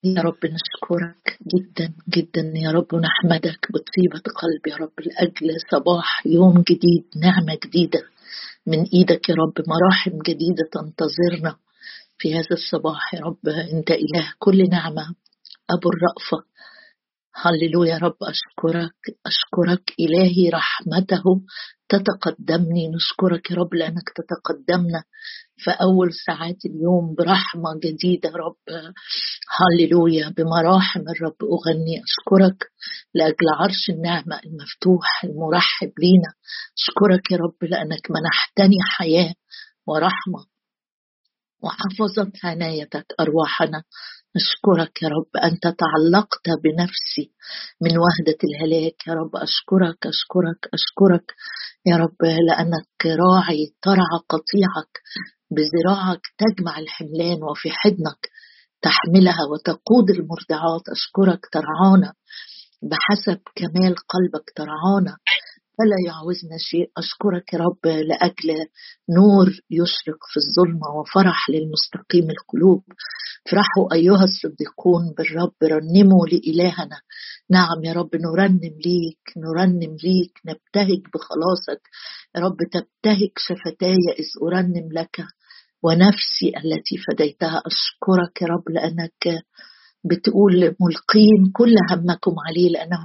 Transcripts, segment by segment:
يا رب نشكرك جدا جدا يا رب، ونحمدك بطيبة قلب يا رب لأجل صباح يوم جديد، نعمة جديدة من إيدك يا رب، مراحم جديدة تنتظرنا في هذا الصباح يا رب. أنت إله كل نعمة، أبو الرأفة. هللويا يا رب، أشكرك أشكرك إلهي، رحمته تتقدمني. نشكرك يا رب لأنك تتقدمنا في أول ساعات اليوم برحمة جديدة يا رب. هللويا، بمراحم الرب أغني. أشكرك لأجل عرش النعمة المفتوح المرحب لينا. أشكرك يا رب لأنك منحتني حياة ورحمة وحفظت عنايتك أرواحنا. أشكرك يا رب، أنت تعلقت بنفسي من وهدة الهلاك يا رب. أشكرك أشكرك أشكرك يا رب لأنك راعي ترعى قطيعك، بذراعك تجمع الحملان وفي حضنك تحملها وتقود المرضعات. أشكرك ترعانا بحسب كمال قلبك، ترعانا فلا يعوزنا شيء. أشكرك يا رب لأجل نور يشرق في الظلمة وفرح للمستقيم القلوب. افرحوا أيها الصديقون بالرب، رنموا لإلهنا. نعم يا رب، نرنم ليك نرنم ليك، نبتهج بخلاصك يا رب. تبتهج شفتاي إذ أرنم لك ونفسي التي فديتها. أشكرك يا رب لأنك بتقول ملقين كل همكم عليه لأنه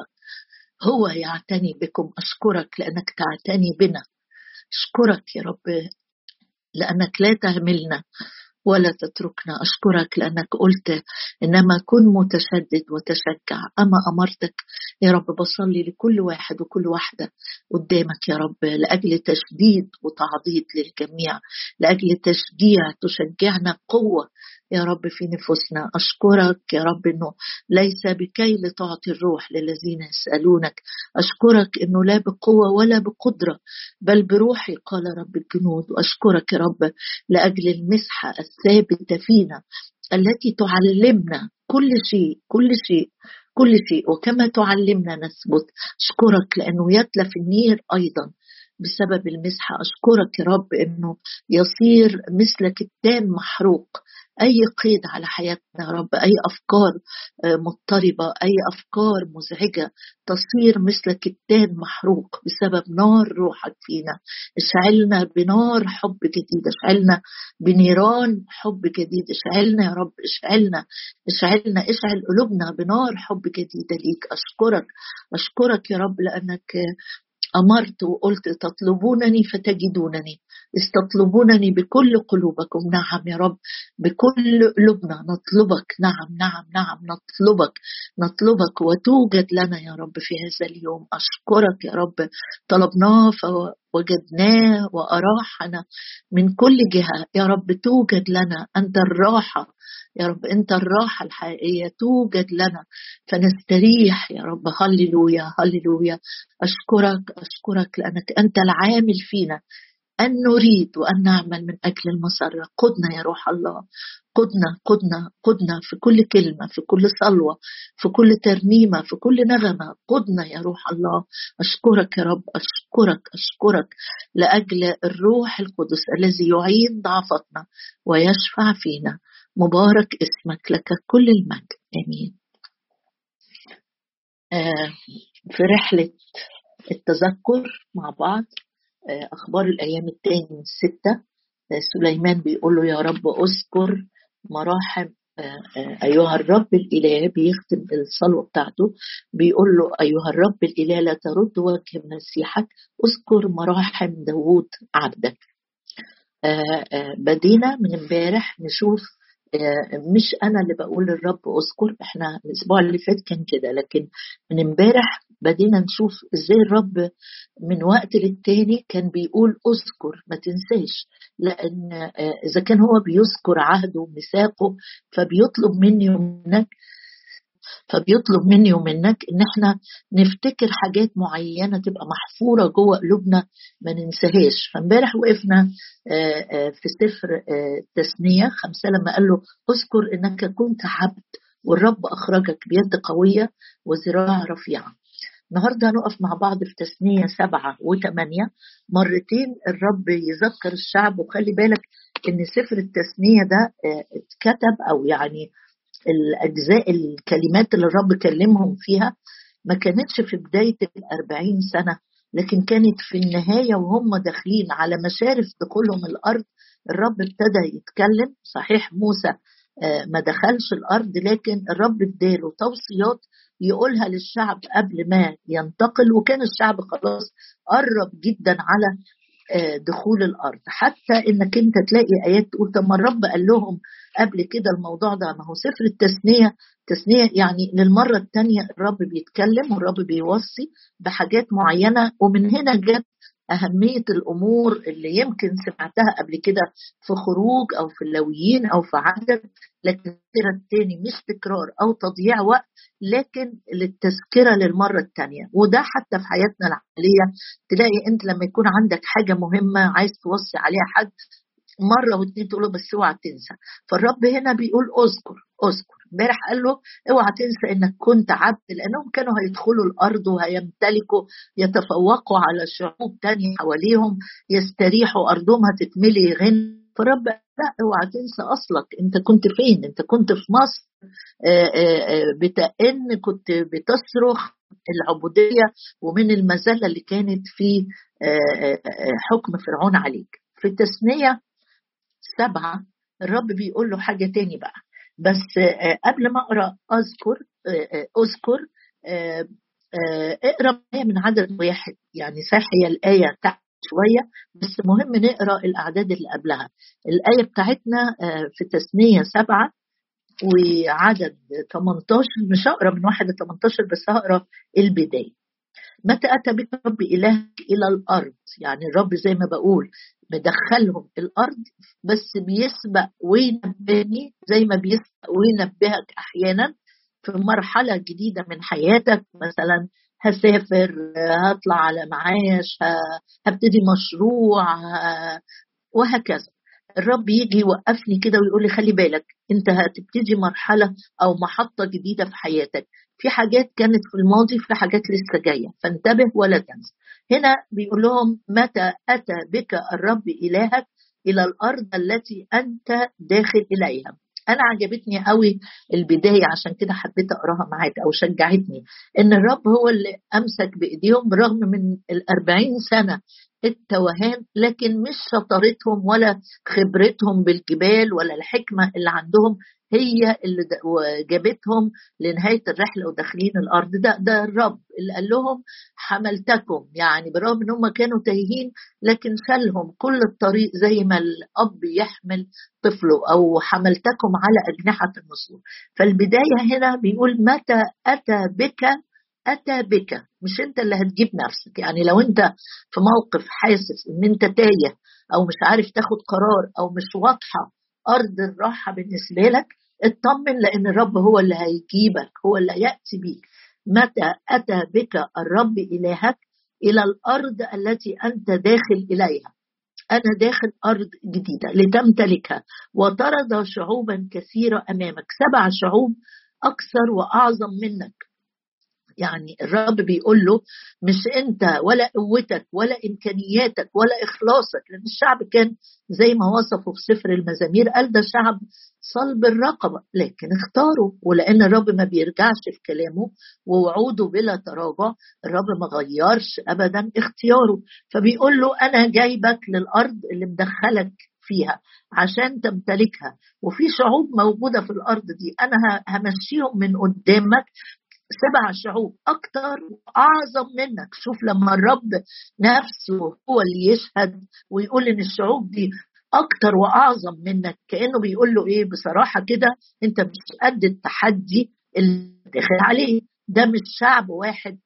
هو يعتني بكم. أشكرك لأنك تعتني بنا. أشكرك يا رب لأنك لا تهملنا ولا تتركنا. أشكرك لأنك قلت إنما كن متشدد وتشجع. أما أمرتك يا رب، بصلي لكل واحد وكل واحدة قدامك يا رب لأجل تشديد وتعضيد للجميع، لأجل تشجيع تشجعنا قوة يا رب في نفوسنا. أشكرك يا رب إنه ليس بكي لتعطي الروح للذين يسألونك. أشكرك إنه لا بقوة ولا بقدرة بل بروحي قال رب الجنود. وأشكرك يا رب لأجل المسحة الثابتة فينا التي تعلمنا كل شيء كل شيء كل شيء، وكما تعلمنا نثبت. أشكرك لأنه يتلف النير أيضا بسبب المسحة. أشكرك يا رب أنه يصير مثل كتان محروق أي قيد على حياتنا يا رب، أي أفكار مضطربة، أي أفكار مزعجة تصير مثل كتان محروق بسبب نار روحك فينا. اشعلنا بنار حب جديد، اشعلنا بنيران حب جديد. اشعلنا يا رب، اشعلنا اشعلنا، اشعل قلوبنا بنار حب جديدة ليك. أشكرك أشكرك يا رب لأنك أمرت وقلت تطلبونني فتجدونني، استطلبونني بكل قلوبكم. نعم يا رب، بكل قلوبنا نطلبك. نعم نعم نعم، نطلبك وتوجد لنا يا رب في هذا اليوم. أشكرك يا رب، طلبناه فوجدناه وأراحنا من كل جهة يا رب. توجد لنا، أنت الراحة يا رب، أنت الراحة الحقيقية توجد لنا فنستريح يا رب. هللويا هللويا. أشكرك أشكرك لأنك أنت العامل فينا أن نريد وأن نعمل من أجل المسرة. قدنا يا روح الله، قدنا قدنا قدنا في كل كلمة، في كل صلوة، في كل ترنيمة، في كل نغمة. قدنا يا روح الله. أشكرك يا رب، أشكرك أشكرك لأجل الروح القدس الذي يعين ضعفتنا ويشفع فينا. مبارك اسمك، لك كل المجد. آمين. في رحلة التذكر مع بعض، أخبار الأيام التاني 6، سليمان بيقول له يا رب أذكر مراحم أيها الرب الإله. بيختم الصلوة بتاعته بيقول له أيها الرب الإله لا ترد وجه مسيحك، أذكر مراحم داود عبدك. بدينا من امبارح نشوف، مش أنا اللي بقول للرب أذكر، إحنا الأسبوع اللي فات كان كده، لكن من امبارح بدينا نشوف إزاي الرب من وقت للتاني كان بيقول أذكر، ما تنساش. لأن إذا كان هو بيذكر عهده وميثاقه فبيطلب مني ومنك ان احنا نفتكر حاجات معينة تبقى محفورة جوه قلوبنا ما ننساهاش. فامبارح وقفنا في سفر تثنية 5 لما قال له اذكر انك كنت عبد والرب اخرجك بيد قوية وذراع رفيعة. النهاردة هنقف مع بعض في تثنية 7 و8 مرتين. الرب يذكر الشعب، وخلي بالك ان سفر التثنية ده اتكتب او يعني الأجزاء الكلمات اللي الرب كلمهم فيها ما كانتش في بداية 40 سنة، لكن كانت في النهاية وهم داخلين على مشارف دخولهم الأرض. الرب ابتدى يتكلم. صحيح موسى ما دخلش الأرض، لكن الرب اداله توصيات يقولها للشعب قبل ما ينتقل، وكان الشعب خلاص قرب جدا على دخول الأرض. حتى إنك أنت تلاقي آيات تقول طب ما الرب قال لهم قبل كده الموضوع ده. ما هو سفر التثنية يعني للمرة الثانية الرب بيتكلم والرب بيوصي بحاجات معينة. ومن هنا جت أهمية الأمور اللي يمكن سمعتها قبل كده في خروج أو في اللاويين أو في عدد، لكن التاني مش تكرار أو تضييع وقت، لكن للتذكرة للمرة الثانية. وده حتى في حياتنا العملية تلاقي أنت لما يكون عندك حاجة مهمة عايز توصي عليها حد مرة واتنين تقول له بس اوعى تنسى. فالرب هنا بيقول اذكر. امبارح قال له اوعى تنسى انك كنت عبد، لانهم كانوا هيدخلوا الارض وهيمتلكوا، يتفوقوا على شعوب تانية حواليهم، يستريحوا، ارضهم هتتملي غنى. فالرب لا، اوعى تنسى اصلك، انت كنت فين؟ انت كنت في مصر بتأن، كنت بتصرخ العبودية ومن المذلة اللي كانت في حكم فرعون عليك. في التثنية 7 الرب بيقول له حاجة تاني بقى، بس قبل ما أقرأ أذكر اقرأ معايا من عدد 1. يعني صحيح هي الآية تحت شوية، بس مهم نقرأ الأعداد اللي قبلها. الآية بتاعتنا في تثنية 7 وعدد 18. مش هقرأ من 1 ل 18، بس هقرأ البداية. متى أتى بك رب إلهك إلى الأرض، يعني الرب زي ما بقول مدخلهم الأرض، بس بيسبق وينبهني زي ما بيسبق وينبهك أحيانا في مرحلة جديدة من حياتك. مثلا هسافر، هطلع على معاش، هبتدي مشروع، وهكذا. الرب يجي يوقفني كده ويقول لي خلي بالك، انت هتبتدي مرحلة او محطة جديدة في حياتك. في حاجات كانت في الماضي، في حاجات لسه جاية، فانتبه ولا تنسى. هنا بيقول لهم متى أتى بك الرب إلهك إلى الأرض التي أنت داخل إليها. أنا عجبتني قوي البداية، عشان كده حبيت أقراها معاك أو شجعتني. إن الرب هو اللي أمسك بإيديهم برغم من 40 سنة التوهان، لكن مش شطارتهم ولا خبرتهم بالجبال ولا الحكمة اللي عندهم هي اللي جابتهم لنهاية الرحلة وداخلين الأرض. ده الرب اللي قال لهم حملتكم. يعني برغم ان هم كانوا تايهين، لكن شالهم كل الطريق زي ما الأب يحمل طفله، أو حملتكم على أجنحة النسور. فالبداية هنا بيقول متى أتى بك، مش انت اللي هتجيب نفسك. يعني لو انت في موقف حاسس ان انت تايه او مش عارف تاخد قرار او مش واضحة أرض الراحة بالنسبة لك، اطمن، لأن الرب هو اللي هيجيبك، هو اللي يأتي بيك. متى أتى بك الرب إلهك إلى الأرض التي أنت داخل إليها. أنا داخل أرض جديدة لتمتلكها، وطرد شعوبا كثيرة أمامك. 7 شعوب أكثر وأعظم منك. يعني الرب بيقول له مش انت ولا قوتك ولا امكانياتك ولا اخلاصك، لان الشعب كان زي ما وصفه في سفر المزامير، قال ده شعب صلب الرقبه، لكن اختاروا. ولان الرب ما بيرجعش في كلامه ووعوده بلا تراجع، الرب ما غيرش ابدا اختياره. فبيقول له انا جايبك للارض اللي مدخلك فيها عشان تمتلكها، وفي شعوب موجوده في الارض دي انا همشيهم من قدامك. 7 شعوب أكتر وأعظم منك. شوف لما الرب نفسه هو اللي يشهد ويقول إن الشعوب دي أكتر وأعظم منك، كأنه بيقول له إيه بصراحة كده، أنت مش قد التحدي اللي داخل عليه. ده مش شعب واحد،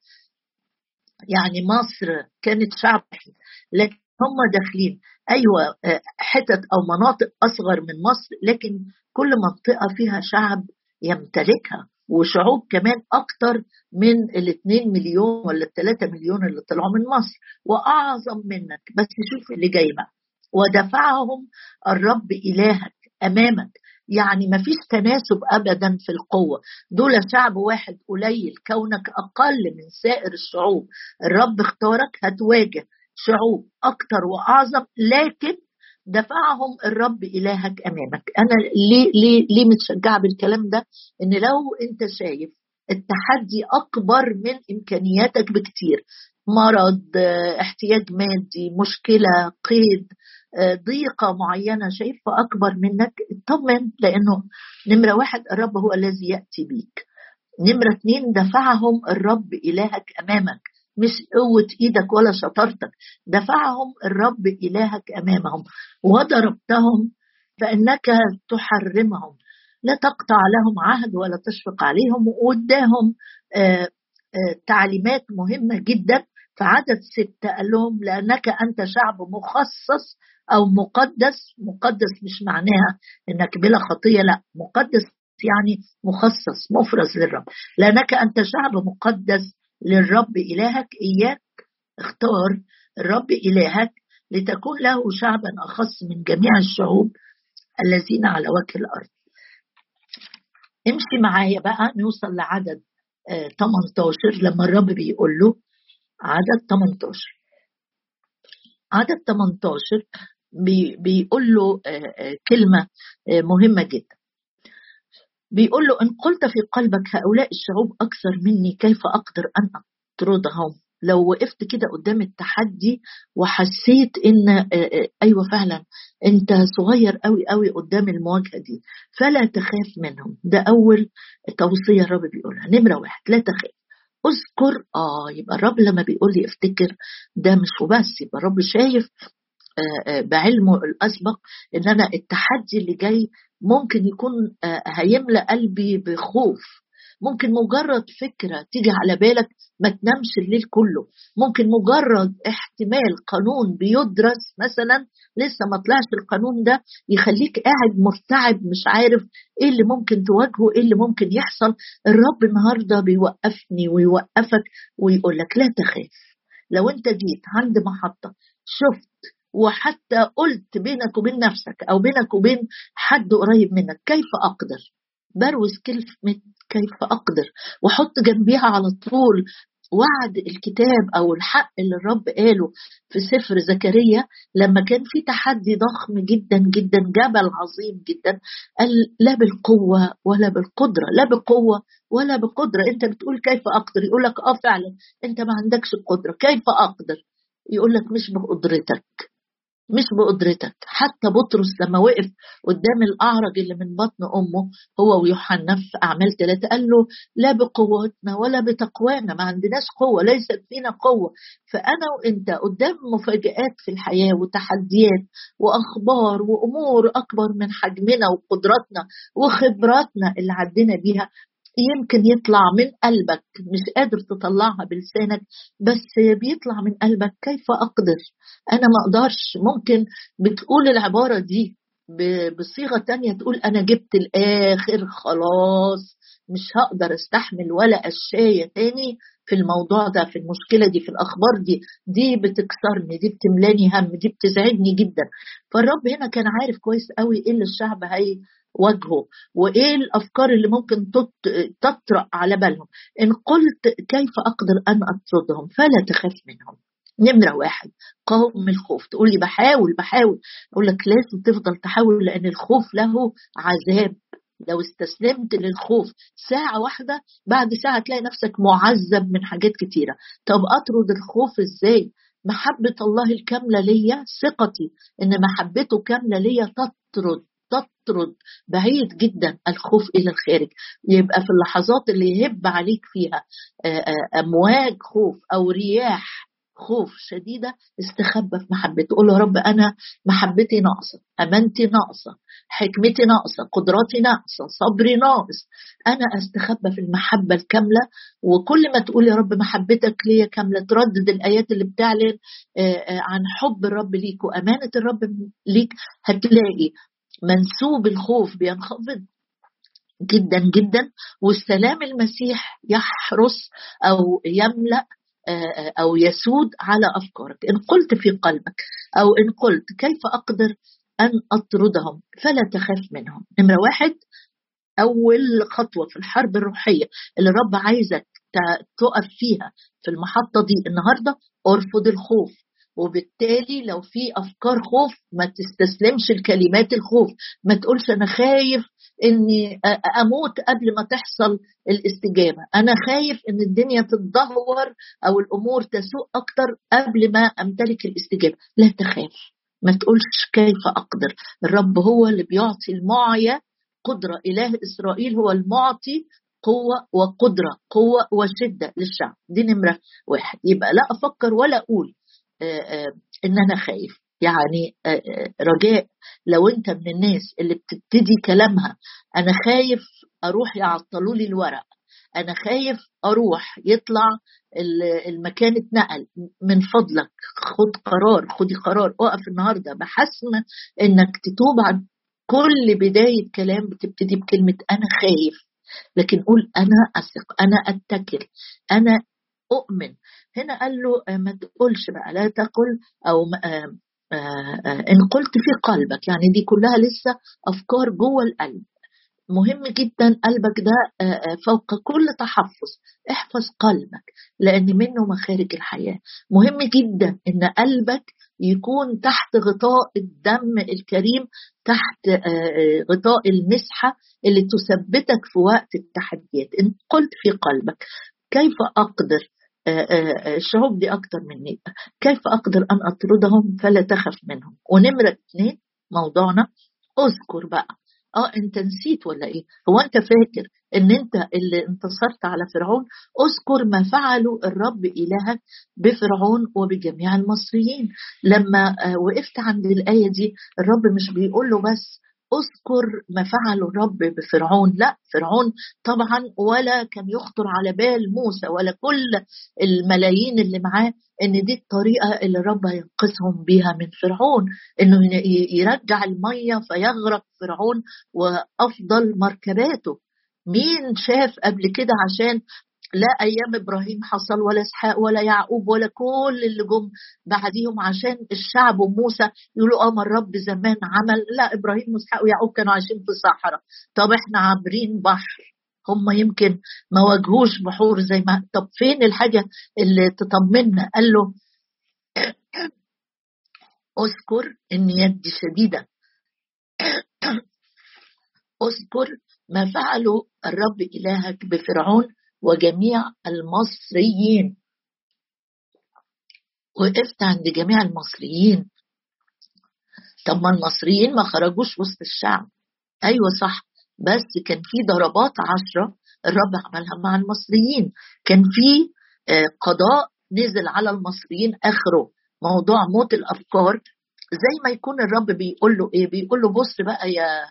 يعني مصر كانت شعب واحد، لكن هم داخلين أيوة حتت أو مناطق أصغر من مصر، لكن كل منطقة فيها شعب يمتلكها، وشعوب كمان أكتر من 2 مليون ولا 3 مليون اللي طلعوا من مصر، وأعظم منك. بس شوف اللي جاي بقى، ودفعهم الرب إلهك أمامك. يعني ما فيش تناسب أبدا في القوة، دول شعب واحد قليل، كونك أقل من سائر الشعوب. الرب اختارك هتواجه شعوب أكتر وأعظم، لكن دفعهم الرب إلهك أمامك. أنا ليه متشجعة بالكلام ده؟ إن لو أنت شايف التحدي أكبر من إمكانياتك بكتير، مرض، احتياج مادي، مشكلة، قيد، ضيقة معينة شايفها أكبر منك، اطمن، لأنه نمرة واحد الرب هو الذي يأتي بيك. نمرة 2 دفعهم الرب إلهك أمامك، مش قوة إيدك ولا شطارتك، دفعهم الرب إلهك أمامهم وضربتهم فإنك تحرمهم، لا تقطع لهم عهد ولا تشفق عليهم. وقداهم تعليمات مهمة جدا. في عدد 6 قال لهم لأنك أنت شعب مخصص أو مقدس. مقدس مش معناها إنك بلا خطية، لا، مقدس يعني مخصص مفرز للرب. لأنك أنت شعب مقدس للرب إلهك، إياك اختار الرب إلهك لتكون له شعبا أخص من جميع الشعوب الذين على وجه الأرض. امشي معايا بقى نوصل لعدد 18 لما الرب بيقول له، عدد 18 بيقول له كلمة مهمة جدا. بيقول له إن قلت في قلبك هؤلاء الشعوب أكثر مني كيف أقدر أن أطردهم؟ لو وقفت كده قدام التحدي وحسيت إن أيوة فعلا أنت صغير قوي قوي قدام المواجهة دي، فلا تخاف منهم. ده أول توصية الرب بيقولها. نمرة 1 لا تخاف، اذكر. يبقى الرب لما بيقول لي افتكر ده مش وبس، يبقى الرب شايف بعلمه الأسبق إن أنا التحدي اللي جاي ممكن يكون هيملأ قلبي بخوف. ممكن مجرد فكرة تيجي على بالك ما تنامش الليل كله. ممكن مجرد احتمال قانون بيدرس مثلا لسه ما طلعش القانون ده يخليك قاعد مرتعب مش عارف ايه اللي ممكن تواجهه، ايه اللي ممكن يحصل. الرب النهاردة بيوقفني ويوقفك ويقول لك لا تخاف. لو انت جيت عند محطة شفت وحتى قلت بينك وبين نفسك أو بينك وبين حد قريب منك كيف أقدر، بروز كلمة كيف أقدر وحط جنبيها على طول وعد الكتاب أو الحق اللي الرب قاله في سفر زكريا لما كان في تحدي ضخم جدا جدا، جبل عظيم جدا. قال لا بالقوة ولا بالقدرة، لا بقوة ولا بقدرة. انت بتقول كيف أقدر، يقول لك فعلا انت ما عندكش القدرة. كيف أقدر؟ يقول لك مش بقدرتك، مش بقدرتك. حتى بطرس لما وقف قدام الأعرج اللي من بطن أمه هو ويوحنا في أعمال 3 قال له لا بقوتنا ولا بتقوانا، ما عندناش قوة، ليست فينا قوة. فأنا وإنت قدام مفاجآت في الحياة وتحديات وأخبار وأمور أكبر من حجمنا وقدراتنا وخبراتنا اللي عدينا بيها، يمكن يطلع من قلبك مش قادر تطلعها بلسانك، بس بيطلع من قلبك كيف أقدر، أنا ما أقدرش. ممكن بتقول العبارة دي بصيغة تانية، تقول أنا جبت الآخر خلاص، مش هقدر استحمل ولا أشياء تاني في الموضوع ده، في المشكلة دي، في الأخبار دي بتكسرني، دي بتملاني هم، دي بتزعجني جدا. فالرب هنا كان عارف كويس قوي إيه اللي الشعب وجهه وايه الافكار اللي ممكن تطرأ على بالهم. ان قلت كيف اقدر ان اطردهم فلا تخاف منهم. نمرة 1 قاوم الخوف. تقول لي بحاول اقول لك لازم تفضل تحاول، لان الخوف له عذاب. لو استسلمت للخوف ساعة واحدة بعد ساعة تلاقي نفسك معذب من حاجات كتيرة. طب أطرد الخوف إزاي؟ محبة الله الكاملة ليا، ثقتي إن محبته كاملة ليا تطرد بعيد جدا الخوف إلى الخارج. يبقى في اللحظات اللي يهب عليك فيها أمواج خوف أو رياح خوف شديدة، استخبى في محبته. قول له يا رب أنا محبتي ناقصة، أمانتي ناقصة، حكمتي ناقصة، قدراتي ناقصة، صبري ناقص. أنا استخبى في المحبة الكاملة. وكل ما تقول يا رب محبتك ليا كاملة، تردد الآيات اللي بتعلن عن حب الرب ليك وأمانة الرب ليك، هتلاقي منسوب الخوف بينخفض جدا جدا، والسلام المسيح يحرس أو يملأ أو يسود على أفكارك. إن قلت في قلبك أو إن قلت كيف أقدر أن أطردهم فلا تخاف منهم. نمرة 1 أول خطوة في الحرب الروحية اللي الرب عايزك تقف فيها في المحطة دي النهاردة، ارفض الخوف. وبالتالي لو في أفكار خوف ما تستسلمش لكلمات الخوف. ما تقولش أنا خايف إني أموت قبل ما تحصل الاستجابة، أنا خايف إن الدنيا تتدهور أو الأمور تسوء أكتر قبل ما أمتلك الاستجابة. لا تخاف، ما تقولش كيف أقدر. الرب هو اللي بيعطي المعية قدرة. إله إسرائيل هو المعطي قوة وقدرة، قوة وشدة للشعب. دي نمرة واحد. يبقى لا أفكر ولا أقول إن أنا خايف. يعني رجاء، لو أنت من الناس اللي بتبتدي كلامها أنا خايف أروح يعطلوا لي الورق، أنا خايف أروح يطلع المكان اتنقل، من فضلك خد قرار، خدي قرار، اقف النهاردة بحسم إنك تتوب عن كل بداية كلام بتبتدي بكلمة أنا خايف. لكن قول أنا أثق، أنا أتكل، أنا أؤمن. هنا قال له ما تقولش بقى، لا تقل أو إن قلت في قلبك، يعني دي كلها لسه أفكار جوه القلب. مهم جدا قلبك ده فوق كل تحفظ. احفظ قلبك لأن منه مخارج الحياة. مهم جدا إن قلبك يكون تحت غطاء الدم الكريم، تحت غطاء المسحة اللي تثبتك في وقت التحديات. إن قلت في قلبك كيف أقدر، الشعوب دي أكتر مني، كيف أقدر أن أطردهم فلا تخف منهم. ونمرة 2 موضوعنا أذكر بقى. انت نسيت ولا ايه؟ هو انت فاكر ان انت اللي انتصرت على فرعون؟ اذكر ما فعله الرب الهك بفرعون وبجميع المصريين. لما وقفت عند الآية دي، الرب مش بيقول له بس اذكر ما فعله الرب بفرعون، لا، فرعون طبعا ولا كان يخطر على بال موسى ولا كل الملايين اللي معاه ان دي الطريقة اللي الرب هينقذهم بيها من فرعون، انه يرجع المية فيغرق فرعون وافضل مركباته. مين شاف قبل كده؟ عشان لا ايام ابراهيم حصل ولا اسحاق ولا يعقوب ولا كل اللي جم بعديهم عشان الشعب وموسى يقولوا ما الرب زمان عمل. لا، ابراهيم واسحاق ويعقوب كانوا عايشين في الصحراء. طب احنا عابرين بحر، هم يمكن ما واجهوش بحور زي ما. طب فين الحاجة اللي تطمنا؟ قال له اذكر ان يدي شديدة، اذكر ما فعله الرب إلهك بفرعون وجميع المصريين. وقفت عند جميع المصريين. طب ما المصريين ما خرجوش وسط الشعب، أيوة صح، بس كان في ضربات 10 الرب عملها مع المصريين. كان في قضاء نزل على المصريين آخره موضوع موت الأفكار. زي ما يكون الرب بيقول له إيه؟ بيقول له بص بقى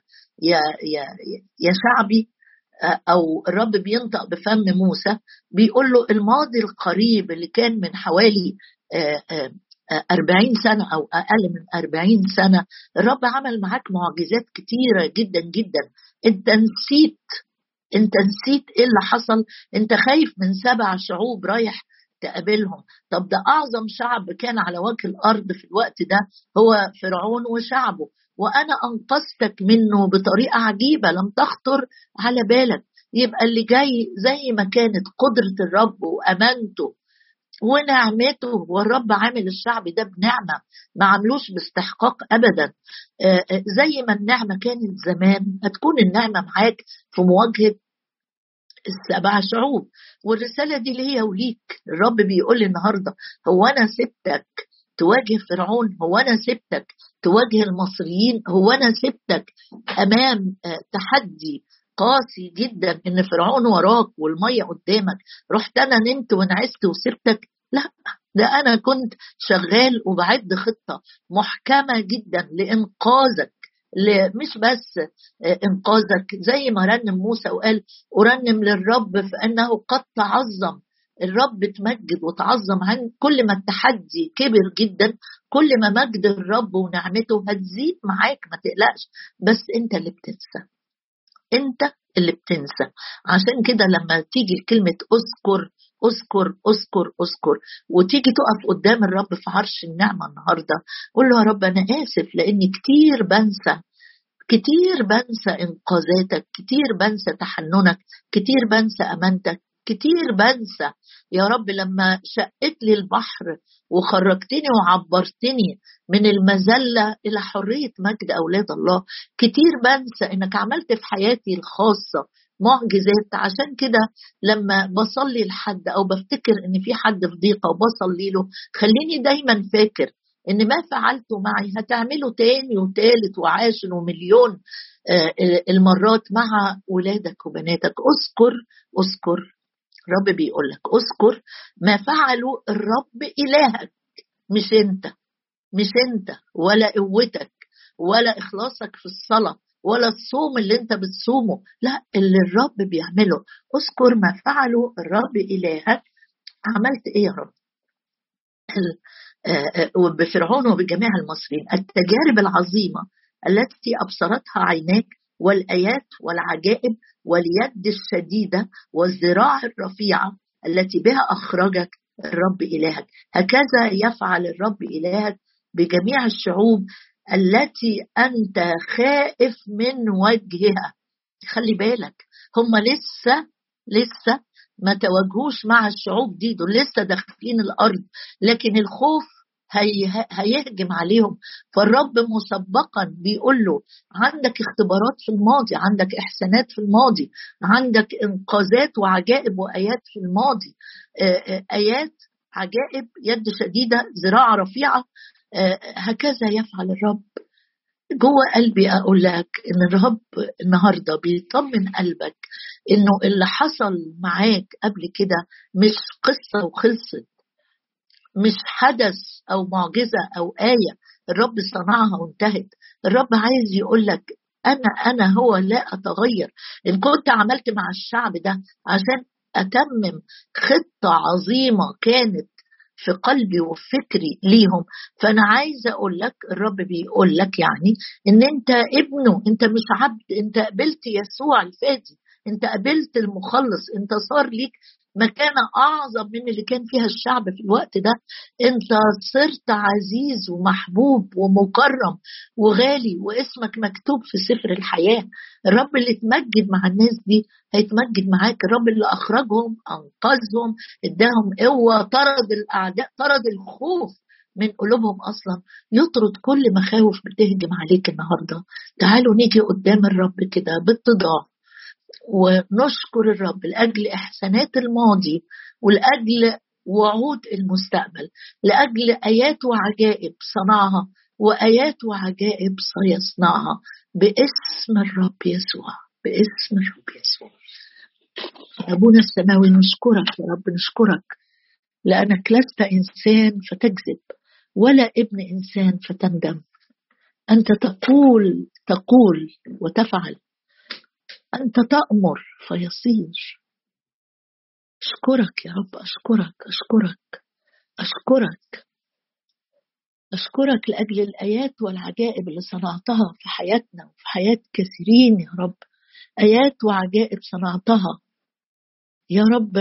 يا شعبي، أو الرب بينطق بفم موسى بيقول له الماضي القريب اللي كان من حوالي 40 سنة أو أقل من 40 سنة، الرب عمل معاك معجزات كتيرة جدا جدا. انت نسيت ايه اللي حصل؟ انت خايف من 7 شعوب رايح تقابلهم. طب ده أعظم شعب كان على وجه الأرض في الوقت ده هو فرعون وشعبه، وأنا أنقذتك منه بطريقة عجيبة لم تخطر على بالك. يبقى اللي جاي زي ما كانت قدرة الرب وأمانته ونعمته، والرب عامل الشعب ده بنعمة، ما عملوش باستحقاق أبدا. زي ما النعمة كانت زمان هتكون النعمة معاك في مواجهة 7 شعوب. والرسالة دي ليا وليك. الرب بيقول لي النهاردة هو أنا سبتك تواجه فرعون؟ هو أنا سبتك تواجه المصريين؟ هو أنا سبتك أمام تحدي قاسي جدا إن فرعون وراك والمية قدامك رحت أنا نمت ونعست وسبتك؟ لا، ده أنا كنت شغال وبعد خطة محكمة جدا لإنقاذك، مش بس إنقاذك. زي ما رنم موسى وقال أرنم للرب فإنه قد تعظم. الرب تمجد وتعظم عن كل ما التحدي كبر جدا، كل ما مجد الرب ونعمته هتزيد معاك، ما تقلقش. بس انت اللي بتنسى، انت اللي بتنسى. عشان كده لما تيجي كلمة اذكر اذكر اذكر اذكر وتيجي تقف قدام الرب في عرش النعمة النهاردة، قول له يا رب أنا آسف لأني كتير بنسى إنقاذاتك، كتير بنسى تحننك، كتير بنسى أمانتك، كتير بنسى يا رب لما شقت لي البحر وخرجتني وعبرتني من المذلة إلى حرية مجد أولاد الله. كتير بنسى إنك عملت في حياتي الخاصة معجزات. عشان كده لما بصلي لحد أو بفتكر إن في حد في ضيقة وبصلي له، خليني دايما فاكر إن ما فعلته معي هتعمله تاني وتالت وعاشر ومليون المرات مع ولادك وبناتك. اذكر رب بيقول لك اذكر ما فعله الرب إلهك، مش انت ولا قوتك ولا اخلاصك في الصلاة ولا الصوم اللي انت بتصومه، لا، اللي الرب بيعمله. اذكر ما فعله الرب إلهك. عملت ايه يا رب وبفرعون وبجميع المصريين؟ التجارب العظيمة التي أبصرتها عيناك، والآيات والعجائب واليد الشديدة والذراع الرفيعة التي بها أخرجك الرب إلهك. هكذا يفعل الرب إلهك بجميع الشعوب التي أنت خائف من وجهها. خلي بالك، هم لسه ما تواجهوش مع الشعوب دي، دول لسه داخلين الأرض، لكن الخوف هيهجم عليهم. فالرب مسبقا بيقول له عندك اختبارات في الماضي، عندك إحسانات في الماضي، عندك إنقاذات وعجائب وآيات في الماضي. آيات، عجائب، يد شديدة، ذراع رفيعة. هكذا يفعل الرب. جوه قلبي أقول لك إن الرب النهاردة بيطمن قلبك إنه اللي حصل معاك قبل كده مش قصة وخلصت، مش حدث أو معجزة أو آية الرب صنعها وانتهت. الرب عايز يقول لك أنا هو لا أتغير. إن كنت عملت مع الشعب ده عشان أتمم خطة عظيمة كانت في قلبي وفكري ليهم، فأنا عايزة أقول لك الرب بيقول لك يعني إن أنت ابنه، أنت مش عبد، أنت قبلت يسوع الفادي، أنت قبلت المخلص، أنت صار ليك مكانة أعظم من اللي كان فيها الشعب في الوقت ده. أنت صرت عزيز ومحبوب ومكرم وغالي، واسمك مكتوب في سفر الحياة. الرب اللي اتمجد مع الناس دي هيتمجد معاك. الرب اللي أخرجهم، أنقذهم، اداهم قوة، طرد الأعداء، طرد الخوف من قلوبهم أصلا، يطرد كل مخاوف بتهجم عليك النهاردة. تعالوا نيجي قدام الرب كده باتضاع ونشكر الرب لأجل إحسانات الماضي ولأجل وعود المستقبل، لأجل آيات وعجائب صنعها وآيات وعجائب سيصنعها باسم الرب يسوع، باسم الرب يسوع. أبونا السماوي نشكرك يا رب، نشكرك لأنك لست إنسان فتكذب ولا ابن إنسان فتندم. أنت تقول وتفعل، أنت تأمر فيصير. أشكرك يا رب، أشكرك لأجل الآيات والعجائب اللي صنعتها في حياتنا وفي حياة كثيرين يا رب. آيات وعجائب صنعتها يا رب،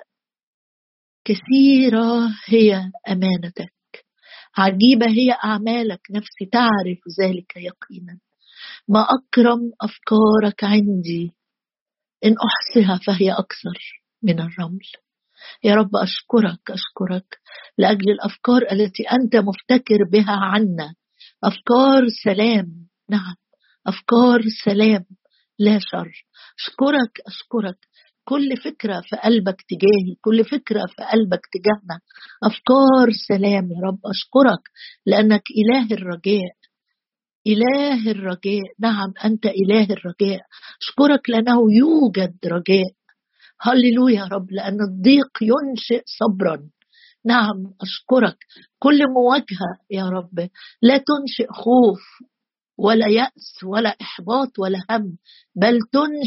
كثيرة هي أمانتك، عجيبة هي أعمالك، نفسي تعرف ذلك يقينا. ما أكرم أفكارك عندي، إن أحصها فهي أكثر من الرمل. يا رب أشكرك لأجل الأفكار التي أنت مفتكر بها عنا، أفكار سلام، نعم، أفكار سلام لا شر. أشكرك كل فكرة في قلبك تجاهي، كل فكرة في قلبك تجاهنا أفكار سلام يا رب. أشكرك لأنك إله الرجاء، نعم أنت إله الرجاء. أشكرك لأنه يوجد رجاء. هللويا يا رب، لأن الضيق ينشئ صبرا. نعم أشكرك، كل مواجهة يا رب لا تنشئ خوف ولا يأس ولا إحباط ولا هم، بل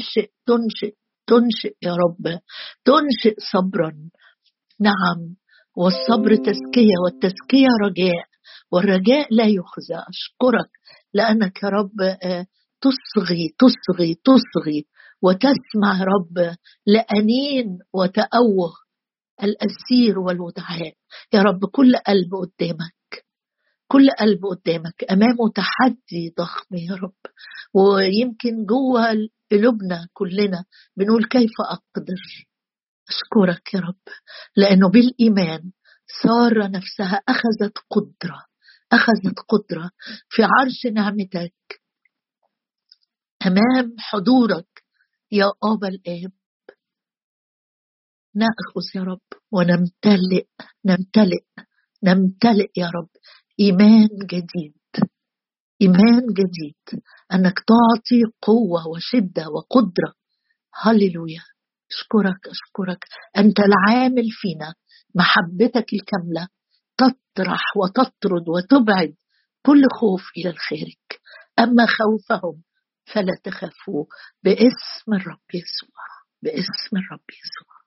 تنشئ يا رب، تنشئ صبرا. نعم، والصبر تزكية، والتزكية رجاء، والرجاء لا يخزى. أشكرك لأنك يا رب تصغي وتسمع رب لأنين وتأوه الأسير والودعاء. يا رب كل قلب قدامك أمامه تحدي ضخم يا رب، ويمكن جوه قلوبنا كلنا بنقول كيف أقدر، أشكرك يا رب، لأنه بالإيمان سارة نفسها أخذت قدرة في عرش نعمتك أمام حضورك يا أبا الآب. نأخذ يا رب ونمتلئ، نمتلئ نمتلئ يا رب إيمان جديد، إيمان جديد، أنك تعطي قوة وشدة وقدرة. هللويا. أشكرك أنت العامل فينا، محبتك الكاملة تطرح وتطرد وتبعد كل خوف إلى الخارج. أما خوفهم فلا تخافوا باسم الرب يسوع، باسم الرب يسوع.